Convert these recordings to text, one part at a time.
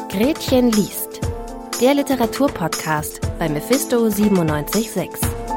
Gretchen liest, der Literaturpodcast bei Mephisto 97.6.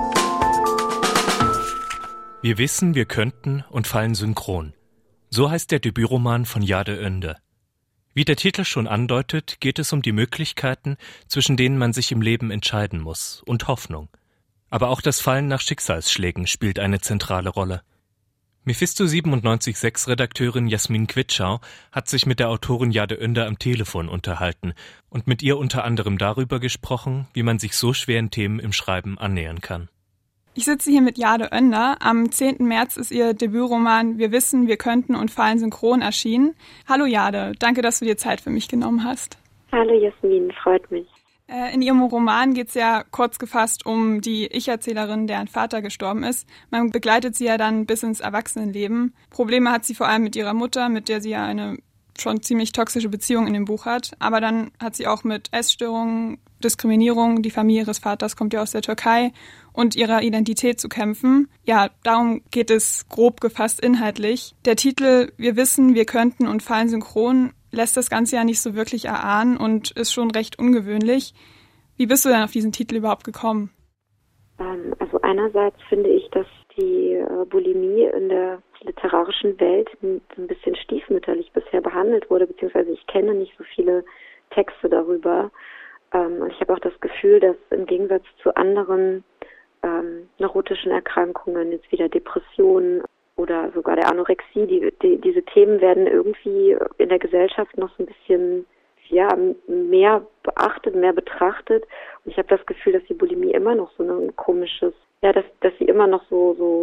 Wir wissen, wir könnten und fallen synchron. So heißt der Debütroman von Jade Önder. Wie der Titel schon andeutet, geht es um die Möglichkeiten, zwischen denen man sich im Leben entscheiden muss, und Hoffnung. Aber auch das Fallen nach Schicksalsschlägen spielt eine zentrale Rolle. Mephisto 97.6 Redakteurin Jasmin Quitschau hat sich mit der Autorin Jade Önder am Telefon unterhalten und mit ihr unter anderem darüber gesprochen, wie man sich so schweren Themen im Schreiben annähern kann. Ich sitze hier mit Jade Önder. Am 10. März ist ihr Debütroman Wir wissen, wir könnten und fallen synchron erschienen. Hallo Jade, danke, dass du dir Zeit für mich genommen hast. Hallo Jasmin, freut mich. In ihrem Roman geht es ja kurz gefasst um die Ich-Erzählerin, deren Vater gestorben ist. Man begleitet sie ja dann bis ins Erwachsenenleben. Probleme hat sie vor allem mit ihrer Mutter, mit der sie ja eine schon ziemlich toxische Beziehung in dem Buch hat. Aber dann hat sie auch mit Essstörungen, Diskriminierung, die Familie ihres Vaters kommt ja aus der Türkei, und ihrer Identität zu kämpfen. Ja, darum geht es grob gefasst inhaltlich. Der Titel Wir wissen, wir könnten und fallen synchron lässt das Ganze ja nicht so wirklich erahnen und ist schon recht ungewöhnlich. Wie bist du denn auf diesen Titel überhaupt gekommen? Also einerseits finde ich, dass die Bulimie in der literarischen Welt ein bisschen stiefmütterlich bisher behandelt wurde, beziehungsweise ich kenne nicht so viele Texte darüber. Und ich habe auch das Gefühl, dass im Gegensatz zu anderen neurotischen Erkrankungen, jetzt wieder Depressionen oder sogar der Anorexie, diese Themen werden irgendwie in der Gesellschaft noch so ein bisschen mehr beachtet, mehr betrachtet. Und ich habe das Gefühl, dass die Bulimie immer noch so ein komisches, dass sie immer noch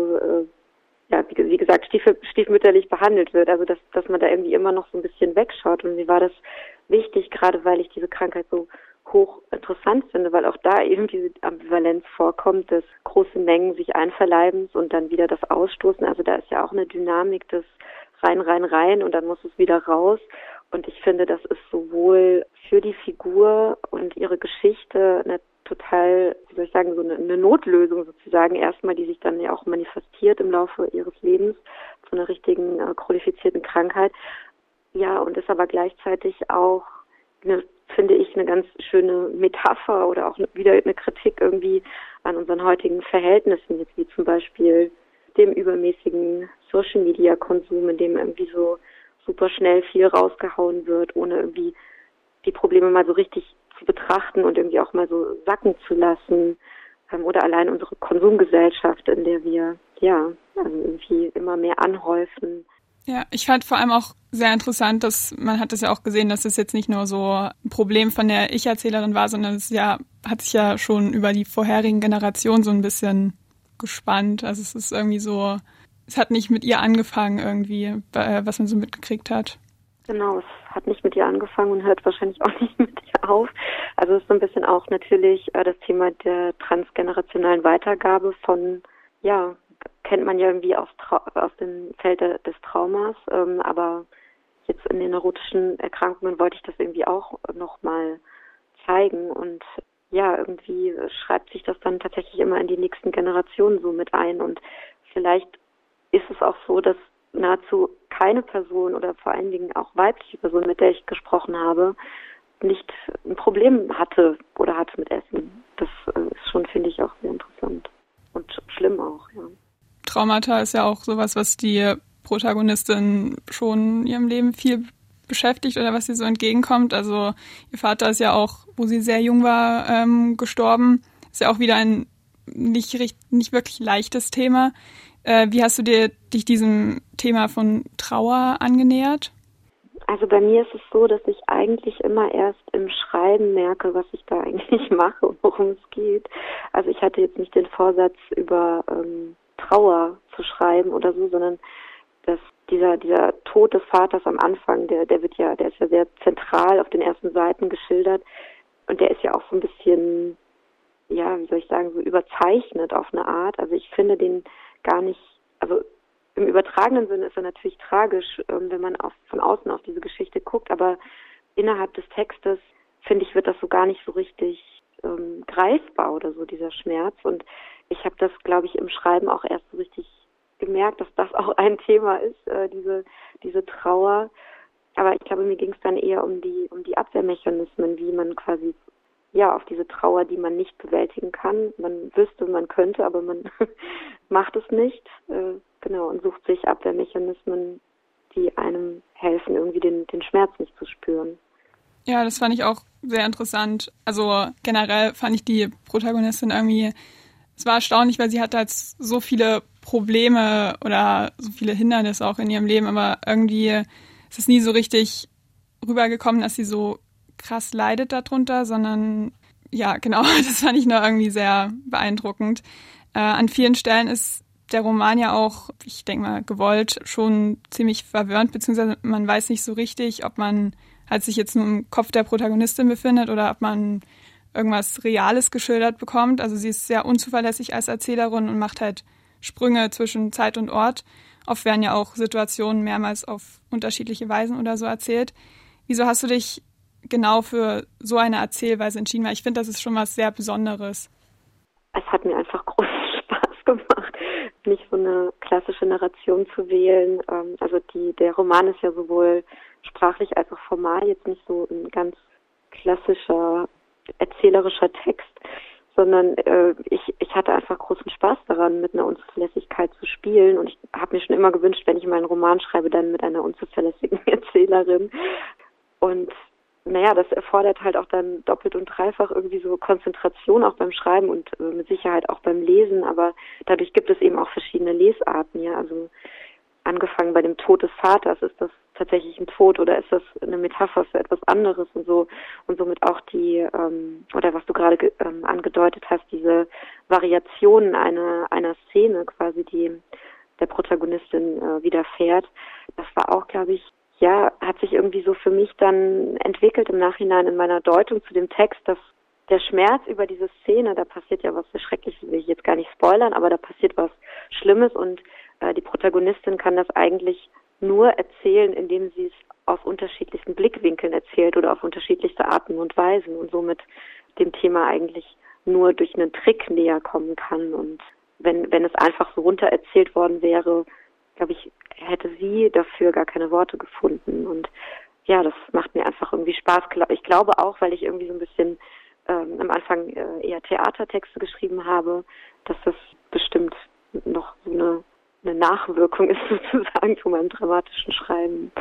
wie gesagt, stiefmütterlich behandelt wird. Also dass man da irgendwie immer noch so ein bisschen wegschaut. Und mir war das wichtig, gerade weil ich diese Krankheit so hoch interessant finde, weil auch da eben diese Ambivalenz vorkommt, des große Mengen sich Einverleibens und dann wieder das Ausstoßen. Also da ist ja auch eine Dynamik des rein und dann muss es wieder raus. Und ich finde, das ist sowohl für die Figur und ihre Geschichte eine total, so eine Notlösung sozusagen erstmal, die sich dann ja auch manifestiert im Laufe ihres Lebens zu einer richtigen chronifizierte Krankheit. Ja, und ist aber gleichzeitig auch finde ich, eine ganz schöne Metapher oder auch wieder eine Kritik irgendwie an unseren heutigen Verhältnissen, jetzt wie zum Beispiel dem übermäßigen Social-Media-Konsum, in dem irgendwie so super schnell viel rausgehauen wird, ohne irgendwie die Probleme mal so richtig zu betrachten und irgendwie auch mal so sacken zu lassen. Oder allein unsere Konsumgesellschaft, in der wir irgendwie immer mehr anhäufen. Ja, ich fand vor allem auch sehr interessant, dass man hat das ja auch gesehen, dass es jetzt nicht nur so ein Problem von der Ich-Erzählerin war, sondern es hat sich ja schon über die vorherigen Generationen so ein bisschen gespannt. Also es ist irgendwie so, es hat nicht mit ihr angefangen irgendwie, was man so mitgekriegt hat. Genau, es hat nicht mit ihr angefangen und hört wahrscheinlich auch nicht mit ihr auf. Also es ist so ein bisschen auch natürlich das Thema der transgenerationalen Weitergabe von, kennt man ja irgendwie aus dem Feld des Traumas, aber jetzt in den neurotischen Erkrankungen wollte ich das irgendwie auch nochmal zeigen und irgendwie schreibt sich das dann tatsächlich immer in die nächsten Generationen so mit ein und vielleicht ist es auch so, dass nahezu keine Person oder vor allen Dingen auch weibliche Person, mit der ich gesprochen habe, nicht ein Problem hatte oder hat mit Essen. Das ist schon, finde ich, auch sehr interessant und schlimm auch, ja. Traumata ist ja auch sowas, was die Protagonistin schon in ihrem Leben viel beschäftigt oder was ihr so entgegenkommt. Also ihr Vater ist ja auch, wo sie sehr jung war, gestorben. Ist ja auch wieder ein nicht wirklich leichtes Thema. Wie hast du dich diesem Thema von Trauer angenähert? Also bei mir ist es so, dass ich eigentlich immer erst im Schreiben merke, was ich da eigentlich mache und worum es geht. Also ich hatte jetzt nicht den Vorsatz, über Trauer zu schreiben oder so, sondern dass dieser Tod des Vaters am Anfang, der ist ja sehr zentral auf den ersten Seiten geschildert und der ist ja auch so ein bisschen, so überzeichnet auf eine Art. Also ich finde den gar nicht, also im übertragenen Sinne ist er natürlich tragisch, wenn man von außen auf diese Geschichte guckt, aber innerhalb des Textes, finde ich, wird das so gar nicht so richtig greifbar oder so, dieser Schmerz. Und ich habe das, glaube ich, im Schreiben auch erst so richtig gemerkt, dass das auch ein Thema ist, diese Trauer. Aber ich glaube, mir ging es dann eher um die Abwehrmechanismen, wie man quasi auf diese Trauer, die man nicht bewältigen kann. Man wüsste, man könnte, aber man macht es nicht. Genau, und sucht sich Abwehrmechanismen, die einem helfen, irgendwie den Schmerz nicht zu spüren. Ja, das fand ich auch sehr interessant. Also generell fand ich die Protagonistin irgendwie, es war erstaunlich, weil sie hatte halt so viele Probleme oder so viele Hindernisse auch in ihrem Leben, aber irgendwie ist es nie so richtig rübergekommen, dass sie so krass leidet darunter, sondern ja, genau, das fand ich nur irgendwie sehr beeindruckend. An vielen Stellen ist der Roman ja auch, ich denke mal, gewollt schon ziemlich verwirrend, beziehungsweise man weiß nicht so richtig, ob man halt sich jetzt nur im Kopf der Protagonistin befindet oder ob man irgendwas Reales geschildert bekommt. Also sie ist sehr unzuverlässig als Erzählerin und macht halt Sprünge zwischen Zeit und Ort. Oft werden ja auch Situationen mehrmals auf unterschiedliche Weisen oder so erzählt. Wieso hast du dich genau für so eine Erzählweise entschieden? Weil ich finde, das ist schon was sehr Besonderes. Es hat mir einfach großen Spaß gemacht, nicht so eine klassische Narration zu wählen. Also der Roman ist ja sowohl sprachlich als auch formal jetzt nicht so ein ganz klassischer erzählerischer Text, sondern ich hatte einfach großen Spaß daran, mit einer Unzuverlässigkeit zu spielen, und ich habe mir schon immer gewünscht, wenn ich mal einen Roman schreibe, dann mit einer unzuverlässigen Erzählerin. Und das erfordert halt auch dann doppelt und dreifach irgendwie so Konzentration auch beim Schreiben und mit Sicherheit auch beim Lesen, aber dadurch gibt es eben auch verschiedene Lesarten, ja, also angefangen bei dem Tod des Vaters, ist das tatsächlich ein Tod oder ist das eine Metapher für etwas anderes und so, und somit auch oder was du gerade angedeutet hast, diese Variationen einer Szene quasi, die der Protagonistin widerfährt, das war auch, glaube ich, hat sich irgendwie so für mich dann entwickelt im Nachhinein in meiner Deutung zu dem Text, dass der Schmerz über diese Szene, da passiert ja was sehr Schreckliches, will ich jetzt gar nicht spoilern, aber da passiert was Schlimmes, und die Protagonistin kann das eigentlich nur erzählen, indem sie es aus unterschiedlichsten Blickwinkeln erzählt oder auf unterschiedlichste Arten und Weisen und somit dem Thema eigentlich nur durch einen Trick näher kommen kann. Und wenn es einfach so runter erzählt worden wäre, glaube ich, hätte sie dafür gar keine Worte gefunden. Und ja, das macht mir einfach irgendwie Spaß. Ich glaube auch, weil ich irgendwie so ein bisschen am Anfang eher Theatertexte geschrieben habe, dass das bestimmt noch so eine Nachwirkung ist sozusagen zu meinem dramatischen Schreiben,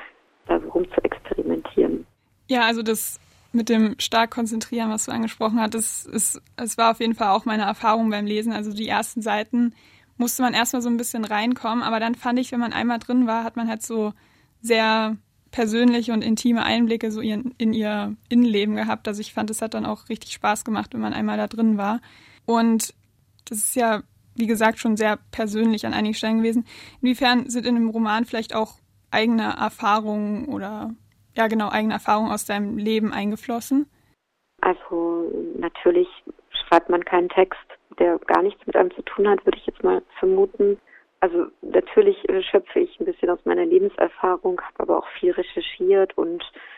da so rum zu experimentieren. Ja, also das mit dem stark konzentrieren, was du angesprochen hattest, es war auf jeden Fall auch meine Erfahrung beim Lesen. Also die ersten Seiten musste man erstmal so ein bisschen reinkommen, aber dann fand ich, wenn man einmal drin war, hat man halt so sehr persönliche und intime Einblicke so in ihr Innenleben gehabt. Also ich fand, es hat dann auch richtig Spaß gemacht, wenn man einmal da drin war. Und das ist ja, wie gesagt, schon sehr persönlich an einigen Stellen gewesen. Inwiefern sind in dem Roman vielleicht auch eigene Erfahrungen eigene Erfahrungen aus deinem Leben eingeflossen? Also natürlich schreibt man keinen Text, der gar nichts mit einem zu tun hat, würde ich jetzt mal vermuten. Also natürlich schöpfe ich ein bisschen aus meiner Lebenserfahrung, habe aber auch viel recherchiert und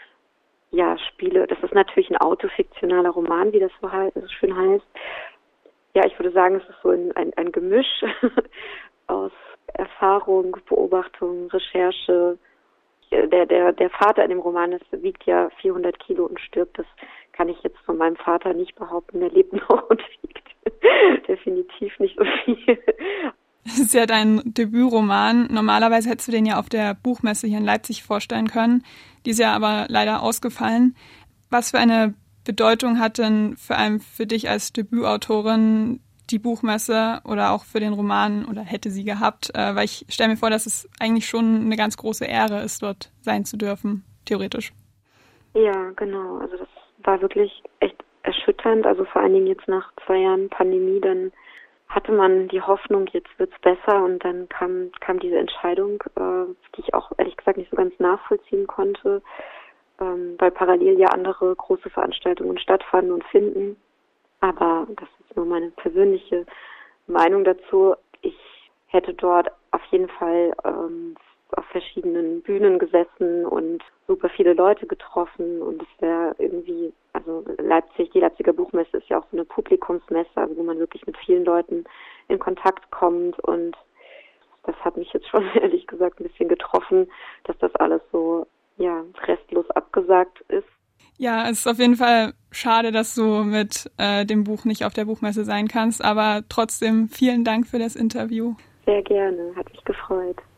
spiele. Das ist natürlich ein autofiktionaler Roman, wie das so schön heißt. Ja, ich würde sagen, es ist so ein Gemisch aus Erfahrung, Beobachtung, Recherche. Der Vater in dem Roman, wiegt ja 400 Kilo und stirbt. Das kann ich jetzt von meinem Vater nicht behaupten. Der lebt noch und wiegt definitiv nicht so viel. Das ist ja dein Debütroman. Normalerweise hättest du den ja auf der Buchmesse hier in Leipzig vorstellen können. Die ist ja aber leider ausgefallen. Was für eine Bedeutung hat denn vor allem für dich als Debütautorin die Buchmesse oder auch für den Roman, oder hätte sie gehabt? Weil ich stelle mir vor, dass es eigentlich schon eine ganz große Ehre ist, dort sein zu dürfen, theoretisch. Ja, genau. Also das war wirklich echt erschütternd. Also vor allen Dingen jetzt nach 2 Jahren Pandemie, dann hatte man die Hoffnung, jetzt wird's besser, und dann kam diese Entscheidung, die ich auch ehrlich gesagt nicht so ganz nachvollziehen konnte, weil parallel ja andere große Veranstaltungen stattfanden und finden. Aber das ist nur meine persönliche Meinung dazu. Ich hätte dort auf jeden Fall auf verschiedenen Bühnen gesessen und super viele Leute getroffen, und es wäre irgendwie, also die Leipziger Buchmesse ist ja auch so eine Publikumsmesse, also wo man wirklich mit vielen Leuten in Kontakt kommt, und das hat mich jetzt schon ehrlich gesagt ein bisschen getroffen, dass das alles so gesagt ist. Ja, es ist auf jeden Fall schade, dass du mit dem Buch nicht auf der Buchmesse sein kannst, aber trotzdem vielen Dank für das Interview. Sehr gerne, hat mich gefreut.